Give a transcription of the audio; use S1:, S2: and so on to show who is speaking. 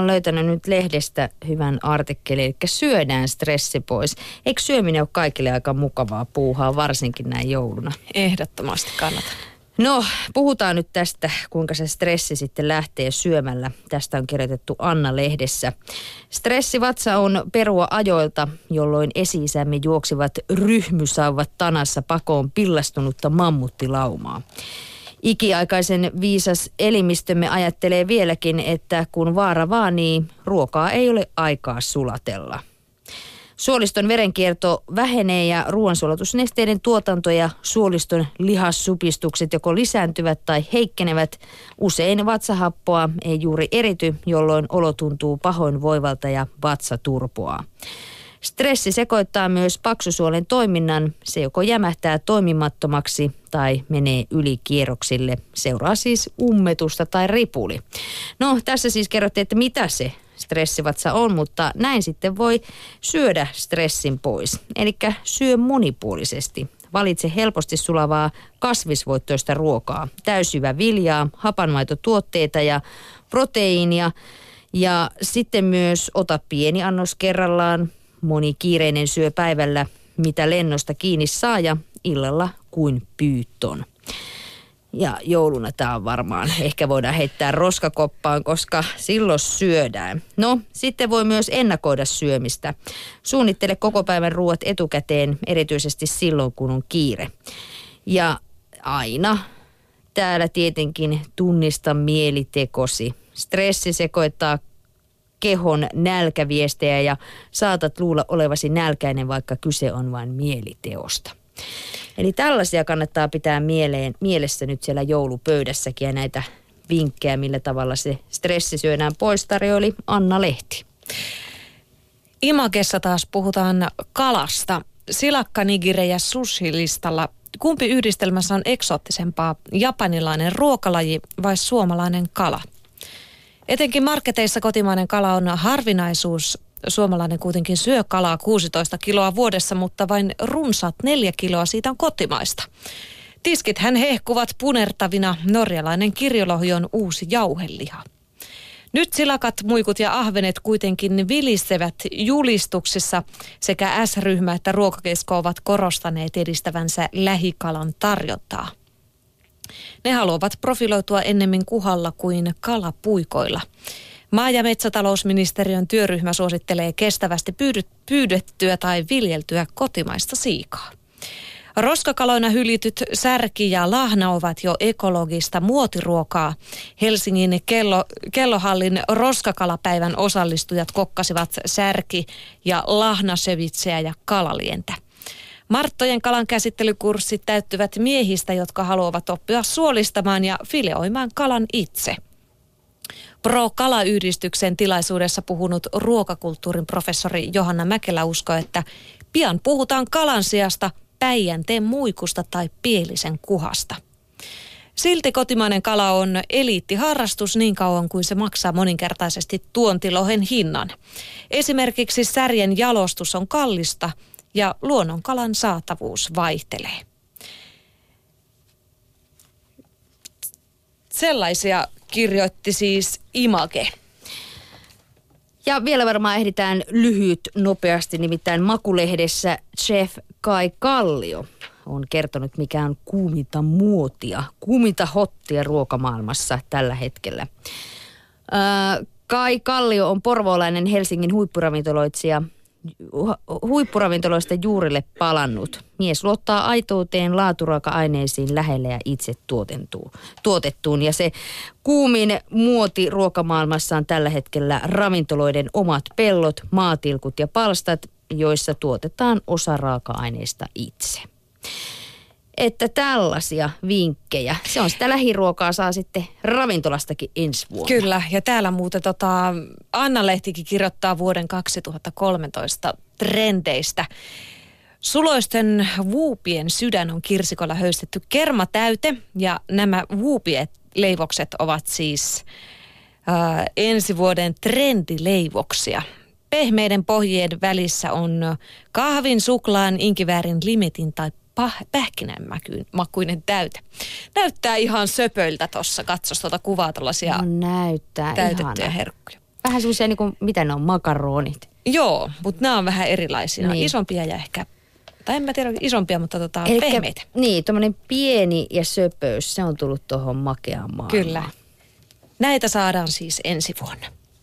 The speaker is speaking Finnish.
S1: oon löytänyt nyt lehdestä hyvän artikkelin, eli syödään stressi pois. Eikö syöminen ole kaikille aika mukavaa puuhaa, varsinkin näin jouluna?
S2: Ehdottomasti kannatan.
S1: No, puhutaan nyt tästä, kuinka se stressi sitten lähtee syömällä. Tästä on kirjoitettu Anna-lehdessä. Stressivatsa on perua ajoilta, jolloin esi-isämme juoksivat ryhmysauvat tanassa pakoon pillastunutta mammuttilaumaa. Ikiaikaisen viisas elimistömme ajattelee vieläkin, että kun vaara vaanii, ruokaa ei ole aikaa sulatella. Suoliston verenkierto vähenee ja ruoansulatusnesteiden tuotanto ja suoliston lihassupistukset joko lisääntyvät tai heikkenevät. Usein vatsahappoa ei juuri erity, jolloin olo tuntuu pahoinvoivalta ja vatsa turpoaa. Stressi sekoittaa myös paksusuolen toiminnan. Se joko jämähtää toimimattomaksi tai menee ylikierroksille. Seuraa siis ummetusta tai ripuli. No, tässä siis kerrottiin, että mitä se stressivatsa on, mutta näin sitten voi syödä stressin pois. Eli syö monipuolisesti. Valitse helposti sulavaa kasvisvoittoista ruokaa, täysjyvä viljaa, hapanmaitotuotteita ja proteiinia. Ja sitten myös ota pieni annos kerrallaan. Moni kiireinen syö päivällä, mitä lennosta kiinni saa ja illalla kuin pyytton. Ja jouluna tämä on varmaan, ehkä voidaan heittää roskakoppaan, koska silloin syödään. No, sitten voi myös ennakoida syömistä. Suunnittele koko päivän ruoat etukäteen, erityisesti silloin, kun on kiire. Ja aina täällä tietenkin tunnista mielitekosi. Stressi sekoittaa kehon nälkäviestejä ja saatat luulla olevasi nälkäinen, vaikka kyse on vain mieliteosta. Eli tällaisia kannattaa pitää mielessä nyt siellä joulupöydässäkin ja näitä vinkkejä, millä tavalla se stressi syödään pois, tarjoili Anna-lehti.
S2: Imagessa taas puhutaan kalasta. Silakka, nigire ja sushi-listalla. Kumpi yhdistelmässä on eksoottisempaa, japanilainen ruokalaji vai suomalainen kala? Etenkin marketeissa kotimainen kala on harvinaisuus. Suomalainen kuitenkin syö kalaa 16 kiloa vuodessa, mutta vain runsaat 4 kiloa siitä on kotimaista. Tiskithän hehkuvat punertavina. Norjalainen kirjolohi on uusi jauheliha. Nyt silakat, muikut ja ahvenet kuitenkin vilissevät julistuksissa. Sekä S-ryhmä että Ruokakesko ovat korostaneet edistävänsä lähikalan tarjontaa. Ne haluavat profiloitua ennemmin kuhalla kuin kalapuikoilla. Maa- ja metsätalousministeriön työryhmä suosittelee kestävästi pyydettyä tai viljeltyä kotimaista siikaa. Roskakaloina hyljityt särki ja lahna ovat jo ekologista muotiruokaa. Helsingin kellohallin roskakalapäivän osallistujat kokkasivat särki- ja lahnasevitseä ja kalalientä. Marttojen kalan käsittelykurssit täyttyvät miehistä, jotka haluavat oppia suolistamaan ja fileoimaan kalan itse. Pro-kalayhdistyksen tilaisuudessa puhunut ruokakulttuurin professori Johanna Mäkelä uskoo, että pian puhutaan kalan sijasta Päijänteen muikusta tai pielisen kuhasta. Silti kotimainen kala on eliittiharrastus niin kauan kuin se maksaa moninkertaisesti tuontilohen hinnan. Esimerkiksi särjen jalostus on kallista ja luonnonkalan saatavuus vaihtelee. Sellaisia kirjoitti siis Image.
S1: Ja vielä varmaan ehditään lyhyt nopeasti, nimittäin Makulehdessä chef Kai Kallio on kertonut, mikä on kuuminta muotia, kuuminta hottia ruokamaailmassa tällä hetkellä. Kai Kallio on porvoolainen Helsingin huippuravintoloitsija, huippuravintoloista juurille palannut. Mies luottaa aitouteen, laaturaaka-aineisiin lähelle ja itse tuotettuun. Ja se kuumin muoti ruokamaailmassa on tällä hetkellä ravintoloiden omat pellot, maatilkut ja palstat, joissa tuotetaan osa raaka-aineista itse. Että tällaisia vinkkejä. Se on sitä lähiruokaa, saa sitten ravintolastakin ensi vuonna.
S2: Kyllä, ja täällä muuten Anna-lehtikin kirjoittaa vuoden 2013 trendeistä. Suloisten vuupien sydän on kirsikolla höystetty kermatäyte, ja nämä vuupieleivokset ovat siis ensi vuoden trendileivoksia. Pehmeiden pohjien välissä on kahvin, suklaan, inkiväärin, limetin tai pähkinänmakuinen täyte. Näyttää ihan söpöltä tuossa, katsos tuota kuvaa, tuollaisia
S1: näyttää
S2: täytettyjä
S1: ihana.
S2: herkkuja.
S1: Vähän semmoisia, niin kuin, mitä ne on, makaronit.
S2: Joo, mutta nämä on vähän erilaisia. Niin. Isompia ja ehkä, tai en mä tiedä isompia, mutta pehmeitä.
S1: Niin, tommoinen pieni ja söpöys, se on tullut tuohon makeaan maailmaan.
S2: Kyllä. Näitä saadaan siis ensi vuonna.